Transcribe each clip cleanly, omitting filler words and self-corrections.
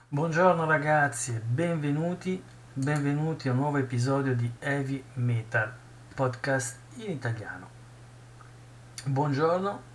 Buongiorno ragazzi e benvenuti a un nuovo episodio di Heavy Metal, podcast in italiano. Buongiorno,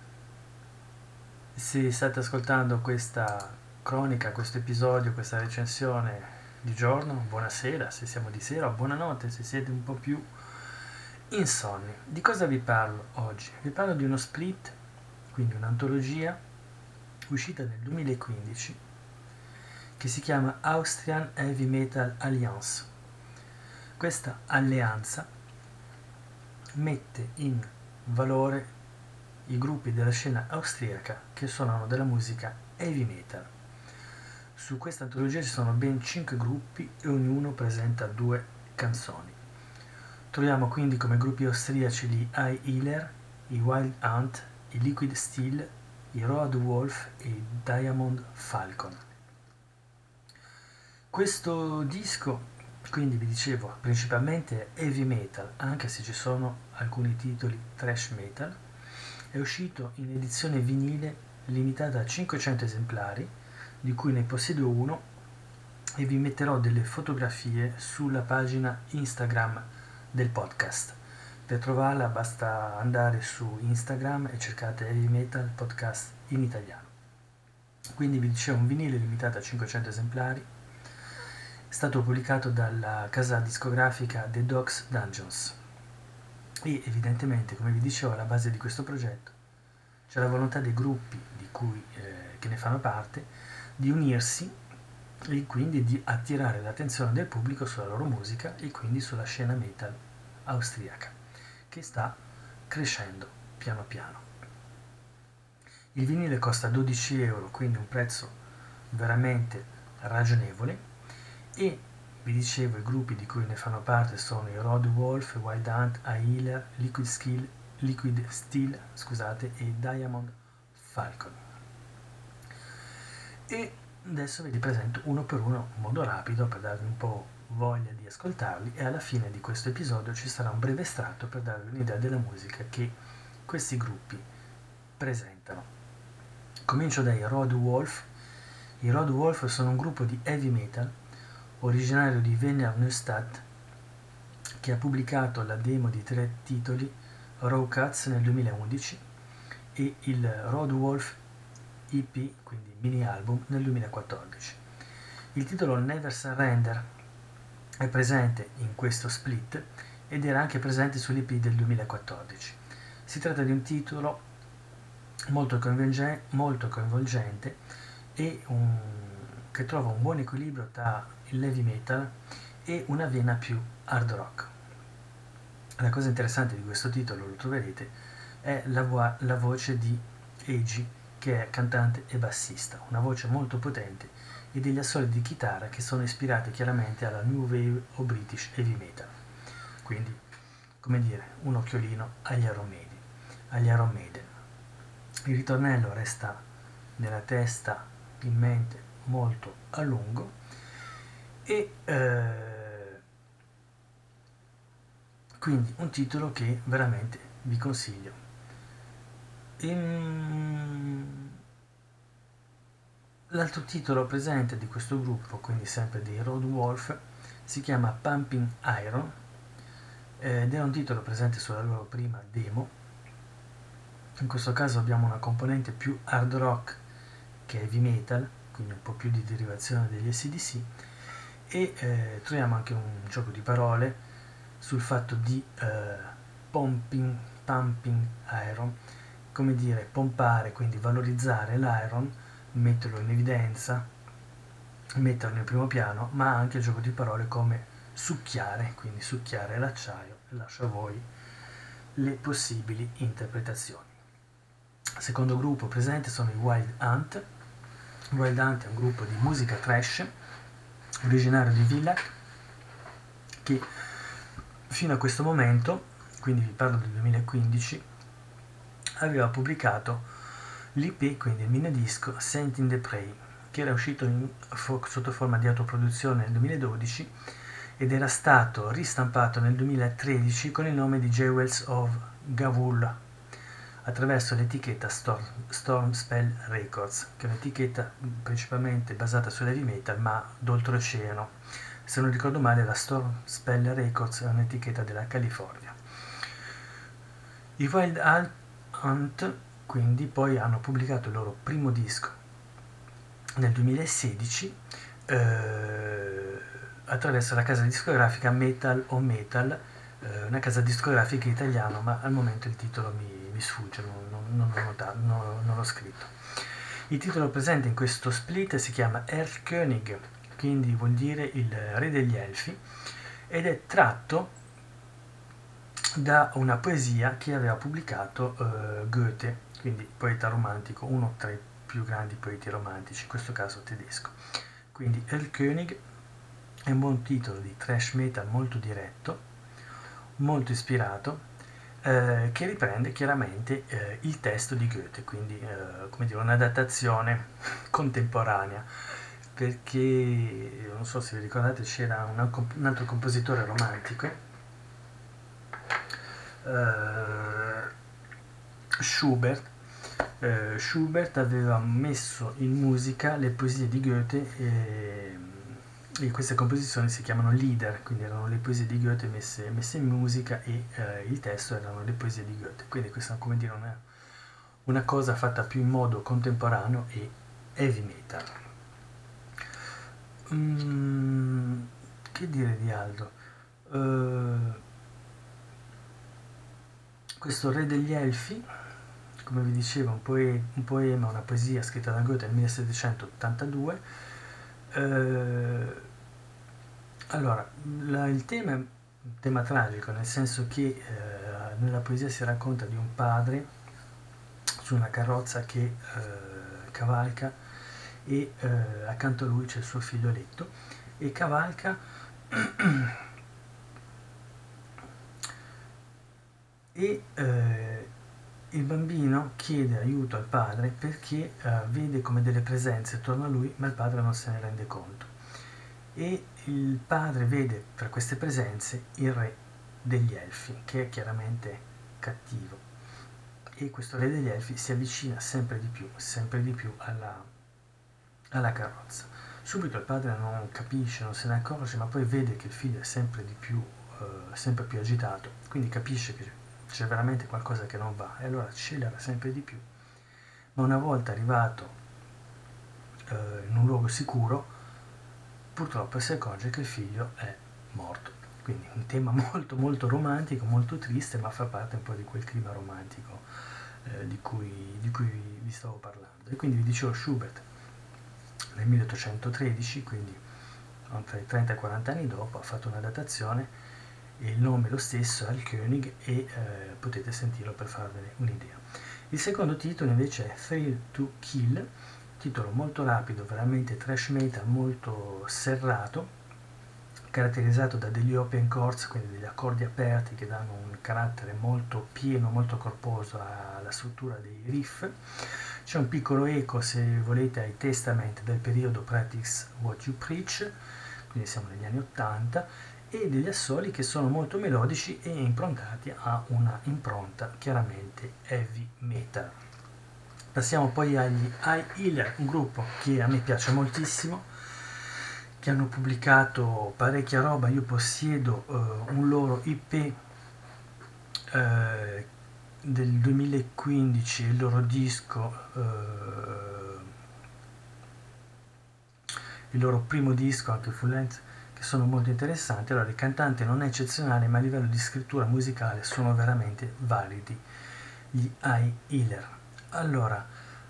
se state ascoltando questa cronica, questo episodio, questa recensione di giorno, buonasera se siamo di sera, o buonanotte se siete un po' più insonni. Di cosa vi parlo oggi? Vi parlo di uno split, quindi un'antologia, uscita nel 2015, che si chiama Austrian Heavy Metal Alliance. Questa alleanza mette in valore i gruppi della scena austriaca che suonano della musica heavy metal. Su questa antologia ci sono ben 5 gruppi e ognuno presenta 2 canzoni. Troviamo quindi come gruppi austriaci gli High Healer, i Wild Hunt, i Liquid Steel, i Road Wolf e i Diamond Falcon. Questo disco, quindi vi dicevo, principalmente è heavy metal, anche se ci sono alcuni titoli thrash metal. È uscito in edizione vinile limitata a 500 esemplari, di cui ne possiedo uno e vi metterò delle fotografie sulla pagina Instagram del podcast. Per trovarla basta andare su Instagram e cercate Heavy Metal Podcast in italiano. Quindi vi dicevo, un vinile limitato a 500 esemplari, è stato pubblicato dalla casa discografica The Dogs Dungeons e evidentemente, come vi dicevo, alla base di questo progetto c'è la volontà dei gruppi che ne fanno parte di unirsi e quindi di attirare l'attenzione del pubblico sulla loro musica e quindi sulla scena metal austriaca, che sta crescendo piano piano. Il vinile costa 12 euro, quindi un prezzo veramente ragionevole, e vi dicevo, i gruppi di cui ne fanno parte sono i Road Wolf, Wild Hunt, Healer, Liquid Steel, e Diamond Falcon. E adesso ve li presento uno per uno in modo rapido per darvi un po' voglia di ascoltarli, e alla fine di questo episodio ci sarà un breve estratto per darvi un'idea della musica che questi gruppi presentano. Comincio dai Road Wolf. I Road Wolf sono un gruppo di heavy metal originario di Wiener Neustadt, che ha pubblicato la demo di 3 titoli, Raw Cuts nel 2011 e il Road Wolf EP, quindi mini album, nel 2014. Il titolo Never Surrender è presente in questo split ed era anche presente sull'EP del 2014. Si tratta di un titolo molto coinvolgente e che trova un buon equilibrio tra il heavy metal e una vena più hard rock. La cosa interessante di questo titolo, lo troverete, è la voce di Eiji, che è cantante e bassista, una voce molto potente, e degli assoli di chitarra che sono ispirati chiaramente alla New Wave o British Heavy Metal. Quindi, come dire, un occhiolino agli Iron Maiden. Il ritornello resta nella testa, in mente, molto a lungo, e quindi un titolo che veramente vi consiglio. L'altro titolo presente di questo gruppo, quindi sempre dei Road Wolf, si chiama Pumping Iron ed è un titolo presente sulla loro prima demo. In questo caso abbiamo una componente più hard rock che heavy metal, quindi un po' più di derivazione degli AC/DC, e troviamo anche un gioco di parole sul fatto di pumping iron, come dire pompare, quindi valorizzare l'iron, metterlo in evidenza, metterlo in primo piano, ma anche il gioco di parole come succhiare, quindi succhiare l'acciaio. Lascio a voi le possibili interpretazioni. Il secondo gruppo presente sono i Wild Hunt. Wild Hunt è un gruppo di musica thrash originario di Villach, che fino a questo momento, quindi vi parlo del 2015, aveva pubblicato l'EP, quindi il minidisco Saint in the Prey, che era uscito sotto forma di autoproduzione nel 2012 ed era stato ristampato nel 2013 con il nome di Jewels of Gavul. attraverso l'etichetta Storm Spell Records, che è un'etichetta principalmente basata sull'heavy metal ma d'oltreoceano. Se non ricordo male, la Storm Spell Records è un'etichetta della California. I Wild Hunt quindi poi hanno pubblicato il loro primo disco nel 2016 attraverso la casa discografica Metal o Metal, una casa discografica italiana, ma al momento il titolo mi sfugge, non l'ho notato, non l'ho scritto. Il titolo presente in questo split si chiama Erlkönig, quindi vuol dire il re degli elfi, ed è tratto da una poesia che aveva pubblicato Goethe, quindi poeta romantico, uno tra i più grandi poeti romantici, in questo caso tedesco. Quindi Erlkönig è un buon titolo di thrash metal molto diretto, molto ispirato, che riprende chiaramente il testo di Goethe, quindi come dire, un'adattazione contemporanea, perché non so se vi ricordate, c'era un altro compositore romantico, Schubert. Schubert aveva messo in musica le poesie di Goethe e queste composizioni si chiamano Lieder, quindi erano le poesie di Goethe messe in musica e il testo erano le poesie di Goethe, quindi questa è come dire una cosa fatta più in modo contemporaneo e heavy metal. Che dire di altro? Questo Re degli Elfi, come vi dicevo, un poema, una poesia scritta da Goethe nel 1782. Allora, il tema è un tema tragico, nel senso che nella poesia si racconta di un padre su una carrozza che cavalca e accanto a lui c'è il suo figlioletto e cavalca e il bambino chiede aiuto al padre perché vede come delle presenze attorno a lui, ma il padre non se ne rende conto. E il padre vede tra queste presenze il re degli elfi, che è chiaramente cattivo. E questo re degli elfi si avvicina sempre di più alla carrozza. Subito il padre non capisce, non se ne accorge, ma poi vede che il figlio è sempre più agitato, quindi capisce che c'è veramente qualcosa che non va e allora accelera sempre di più. Ma una volta arrivato in un luogo sicuro, purtroppo si accorge che il figlio è morto. Quindi un tema molto molto romantico, molto triste, ma fa parte un po' di quel clima romantico di cui vi stavo parlando. E quindi vi dicevo, Schubert nel 1813, quindi tra i 30 e i 40 anni dopo, ha fatto una datazione e il nome è lo stesso, Erlkönig, e potete sentirlo per farvene un'idea. Il secondo titolo invece è Thrill to Kill, titolo molto rapido, veramente thrash metal, molto serrato, caratterizzato da degli open chords, quindi degli accordi aperti che danno un carattere molto pieno, molto corposo alla struttura dei riff. C'è un piccolo eco, se volete, ai Testament del periodo Practice What You Preach, quindi siamo negli anni 80, e degli assoli che sono molto melodici e improntati a una impronta chiaramente heavy metal. Passiamo poi agli Healer, un gruppo che a me piace moltissimo, che hanno pubblicato parecchia roba. Io possiedo un loro IP del 2015, il loro disco, il loro primo disco anche full length, che sono molto interessanti. Allora, il cantante non è eccezionale, ma a livello di scrittura musicale sono veramente validi gli Healer. Allora,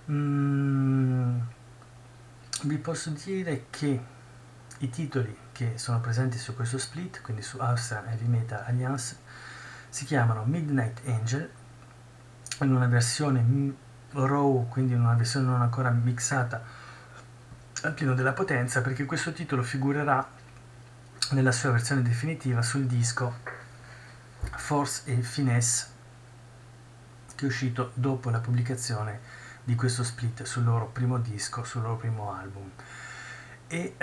vi posso dire che i titoli che sono presenti su questo split, quindi su Austrian Heavy Metal Alliance, si chiamano Midnight Angel, in una versione raw, quindi in una versione non ancora mixata al pieno della potenza, perché questo titolo figurerà nella sua versione definitiva sul disco Force e Finesse, che è uscito dopo la pubblicazione di questo split sul loro primo disco, sul loro primo album. E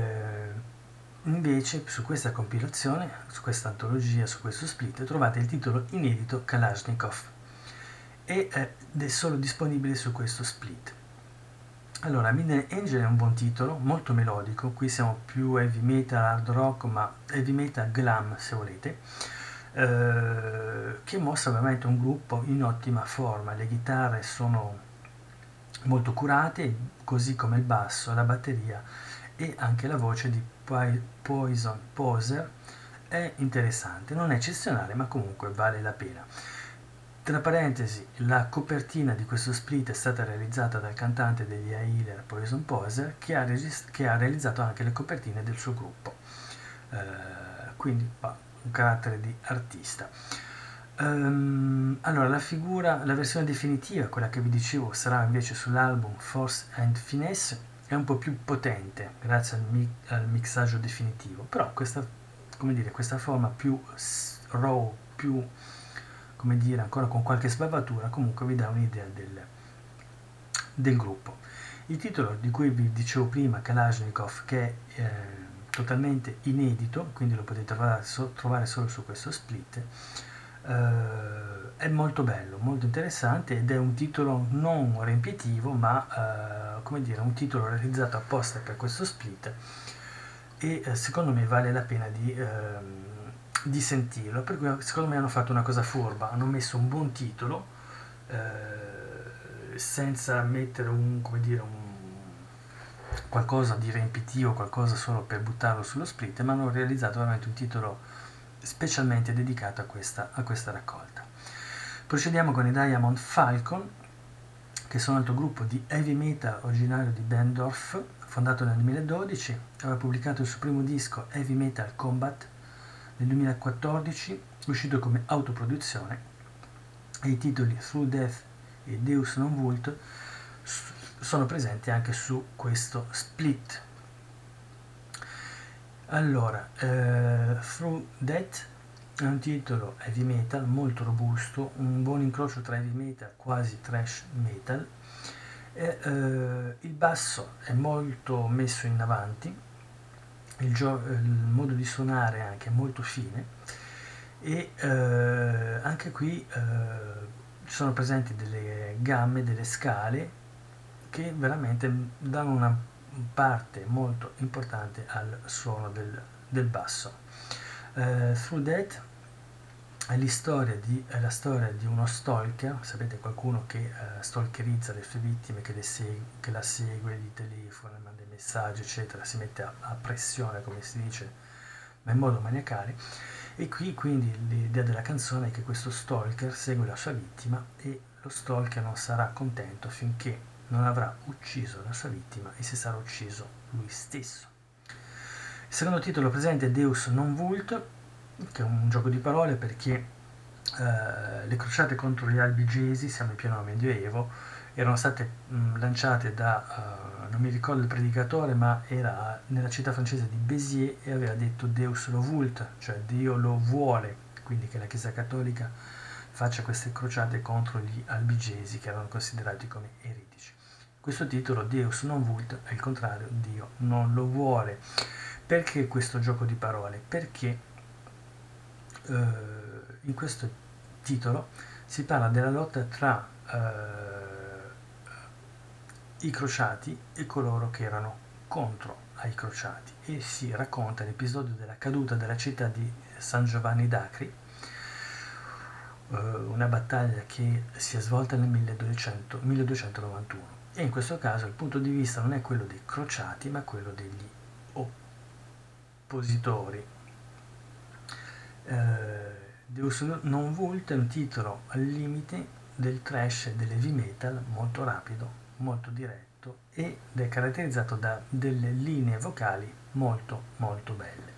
invece su questa compilazione, su questa antologia, su questo split trovate il titolo inedito Kalashnikov. ed è solo disponibile su questo split. Allora, Midnight Angel è un buon titolo, molto melodico, qui siamo più heavy metal, hard rock, ma heavy metal glam se volete, che mostra veramente un gruppo in ottima forma. Le chitarre sono molto curate, così come il basso, la batteria e anche la voce di Poison Poser è interessante, non è eccezionale ma comunque vale la pena. Tra parentesi, la copertina di questo split è stata realizzata dal cantante degli Healer Poison Poser che ha realizzato anche le copertine del suo gruppo, quindi un carattere di artista. Allora, la versione definitiva, quella che vi dicevo, sarà invece sull'album Force and Finesse, è un po' più potente grazie al mixaggio definitivo, però questa, come dire, questa forma più raw, più, come dire, ancora con qualche sbavatura, comunque vi dà un'idea del gruppo. Il titolo di cui vi dicevo prima, Kalashnikov, che è totalmente inedito, quindi lo potete trovare solo su questo split, è molto bello, molto interessante ed è un titolo non riempitivo, ma come dire, un titolo realizzato apposta per questo split e secondo me vale la pena di sentirlo, per cui secondo me hanno fatto una cosa furba, hanno messo un buon titolo senza mettere qualcosa di riempitivo, qualcosa solo per buttarlo sullo split, ma hanno realizzato veramente un titolo specialmente dedicato a questa raccolta. Procediamo con i Diamond Falcon, che sono un altro gruppo di heavy metal originario di Bendorf, fondato nel 2012, aveva pubblicato il suo primo disco Heavy Metal Combat nel 2014, uscito come autoproduzione, e i titoli Through Death e Deus Non Vult sono presenti anche su questo split. Allora, Through Death è un titolo heavy metal molto robusto, un buon incrocio tra heavy metal quasi thrash metal. Il basso è molto messo in avanti, il modo di suonare è anche molto fine e anche qui sono presenti delle gamme, delle scale che veramente danno una parte molto importante al suono del basso. Through That è la storia di uno stalker, sapete, qualcuno che stalkerizza le sue vittime, che la segue, gli telefona, manda messaggi, eccetera, si mette a pressione, come si dice, ma in modo maniacale. E qui quindi l'idea della canzone è che questo stalker segue la sua vittima e lo stalker non sarà contento finché non avrà ucciso la sua vittima e si sarà ucciso lui stesso. Il secondo titolo presente è Deus Non Vult, che è un gioco di parole perché le crociate contro gli albigesi, siamo in pieno medioevo, erano state lanciate da, non mi ricordo il predicatore, ma era nella città francese di Béziers e aveva detto Deus lo vult, cioè Dio lo vuole, quindi che la Chiesa Cattolica faccia queste crociate contro gli albigesi che erano considerati come eretici. Questo titolo, Deus non vult, è il contrario, Dio non lo vuole. Perché questo gioco di parole? Perché in questo titolo si parla della lotta tra i crociati e coloro che erano contro ai crociati e si racconta l'episodio della caduta della città di San Giovanni d'Acri, una battaglia che si è svolta nel 1291 e in questo caso il punto di vista non è quello dei crociati ma quello degli oppositori. Deus Non Vult è un titolo al limite del thrash e dell'heavy metal, molto rapido, molto diretto ed è caratterizzato da delle linee vocali molto molto belle.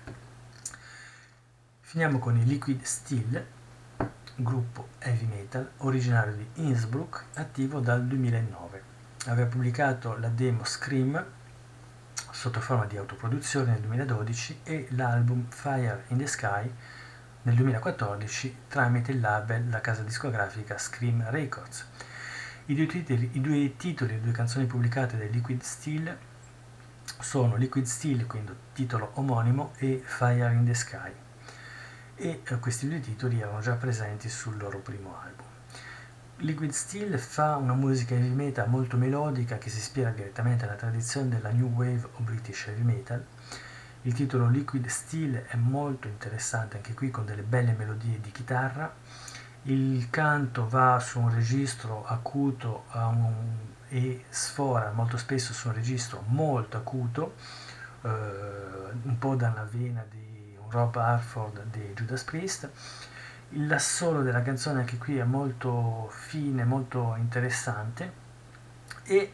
Finiamo con i Liquid Steel, gruppo heavy metal originario di Innsbruck, attivo dal 2009. Aveva pubblicato la demo Scream sotto forma di autoproduzione nel 2012 e l'album Fire in the Sky nel 2014 tramite il label, la casa discografica Scream Records. I due titoli, le due canzoni pubblicate dai Liquid Steel sono Liquid Steel, quindi titolo omonimo, e Fire in the Sky, e questi due titoli erano già presenti sul loro primo album. Liquid Steel fa una musica heavy metal molto melodica che si ispira direttamente alla tradizione della New Wave o British Heavy Metal. Il titolo Liquid Steel è molto interessante anche qui con delle belle melodie di chitarra. Il canto va su un registro acuto e sfora molto spesso su un registro molto acuto, un po' dalla vena di un Rob Halford di Judas Priest. L'assolo della canzone anche qui è molto fine, molto interessante e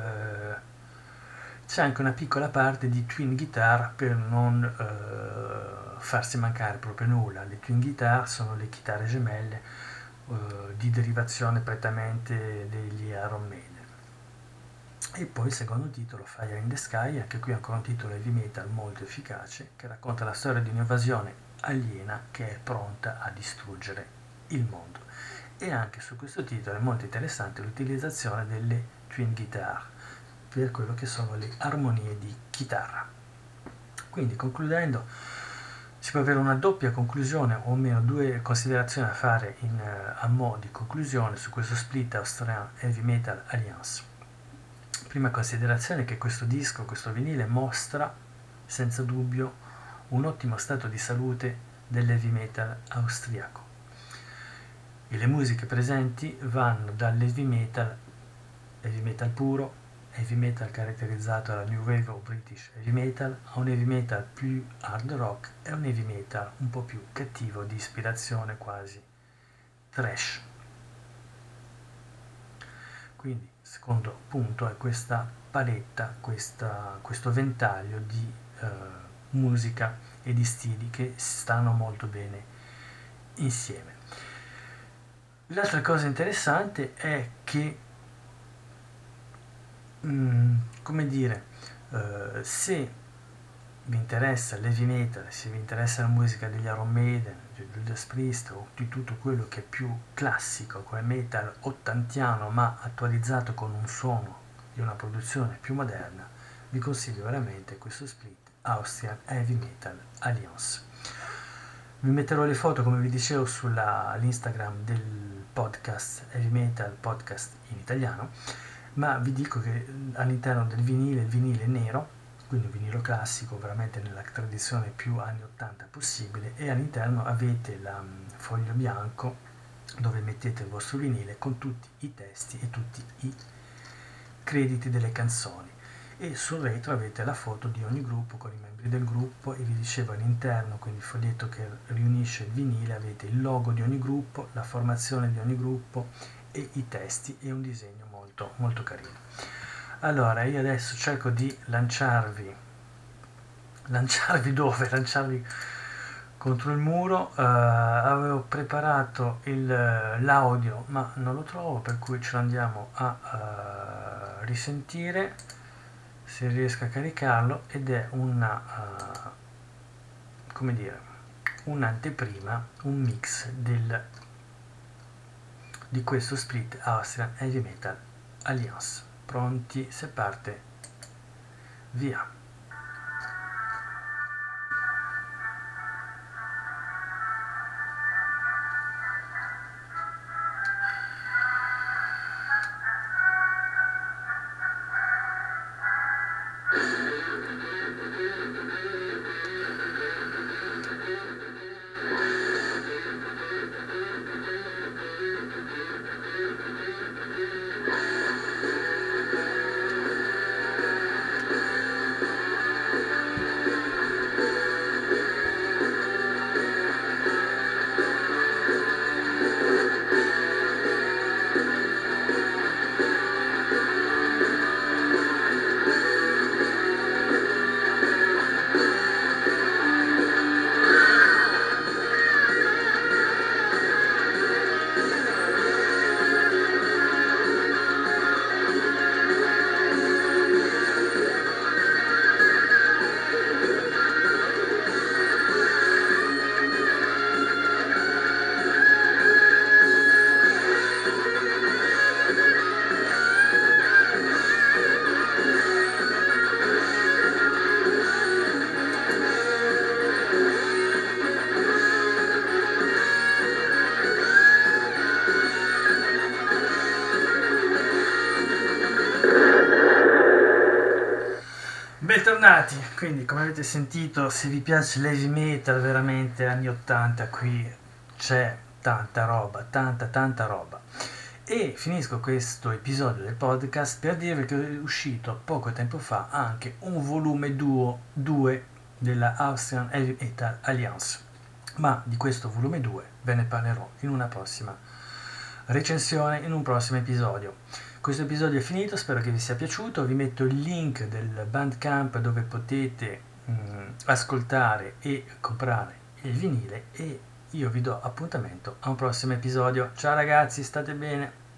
c'è anche una piccola parte di twin guitar per non farsi mancare proprio nulla. Le twin guitar sono le chitarre gemelle di derivazione prettamente degli Iron Maiden. E poi il secondo titolo, Fire in the Sky, anche qui ancora un titolo heavy metal molto efficace che racconta la storia di un'invasione aliena che è pronta a distruggere il mondo. E anche su questo titolo è molto interessante l'utilizzazione delle twin guitar per quello che sono le armonie di chitarra. Quindi concludendo, si può avere una doppia conclusione o almeno due considerazioni a fare a mo' di conclusione su questo split Austrian Heavy Metal Alliance. Prima considerazione è che questo disco, questo vinile mostra senza dubbio un ottimo stato di salute dell'heavy metal austriaco e le musiche presenti vanno dall'heavy metal puro, heavy metal caratterizzato dalla New Wave o British Heavy Metal, a un heavy metal più hard rock e un heavy metal un po' più cattivo di ispirazione quasi thrash. Quindi, secondo punto è questa paletta, questo ventaglio di musica e di stili che stanno molto bene insieme. L'altra cosa interessante è che, come dire, se vi interessa l'heavy metal, se vi interessa la musica degli Iron Maiden, di Judas Priest o di tutto quello che è più classico come metal ottantiano ma attualizzato con un suono e una produzione più moderna, vi consiglio veramente questo split Austrian Heavy Metal Alliance. Vi metterò le foto, come vi dicevo, sull'Instagram del podcast Heavy Metal Podcast in italiano, ma vi dico che all'interno del vinile, il vinile è nero, quindi un vinilo classico veramente nella tradizione più anni 80 possibile, e all'interno avete il foglio bianco dove mettete il vostro vinile con tutti i testi e tutti i crediti delle canzoni, e sul retro avete la foto di ogni gruppo con i membri del gruppo, e vi dicevo all'interno, quindi il foglietto che riunisce il vinile, avete il logo di ogni gruppo, la formazione di ogni gruppo e i testi e un disegno molto molto carino. Allora, io adesso cerco di lanciarvi dove? Lanciarvi contro il muro. Avevo preparato l'audio ma non lo trovo, per cui ce lo andiamo a risentire se riesco a caricarlo, ed è come dire, un'anteprima, un mix di questo split Austrian Heavy Metal Alliance. Pronti? Se parte, via! Bentornati, quindi come avete sentito, se vi piace l'heavy metal veramente anni 80, qui c'è tanta roba, tanta roba. E finisco questo episodio del podcast per dirvi che è uscito poco tempo fa anche un volume 2 della Austrian Heavy Metal Alliance, ma di questo volume 2 ve ne parlerò in una prossima recensione, in un prossimo episodio. Questo episodio è finito, spero che vi sia piaciuto, vi metto il link del Bandcamp dove potete ascoltare e comprare il vinile e io vi do appuntamento a un prossimo episodio. Ciao ragazzi, state bene!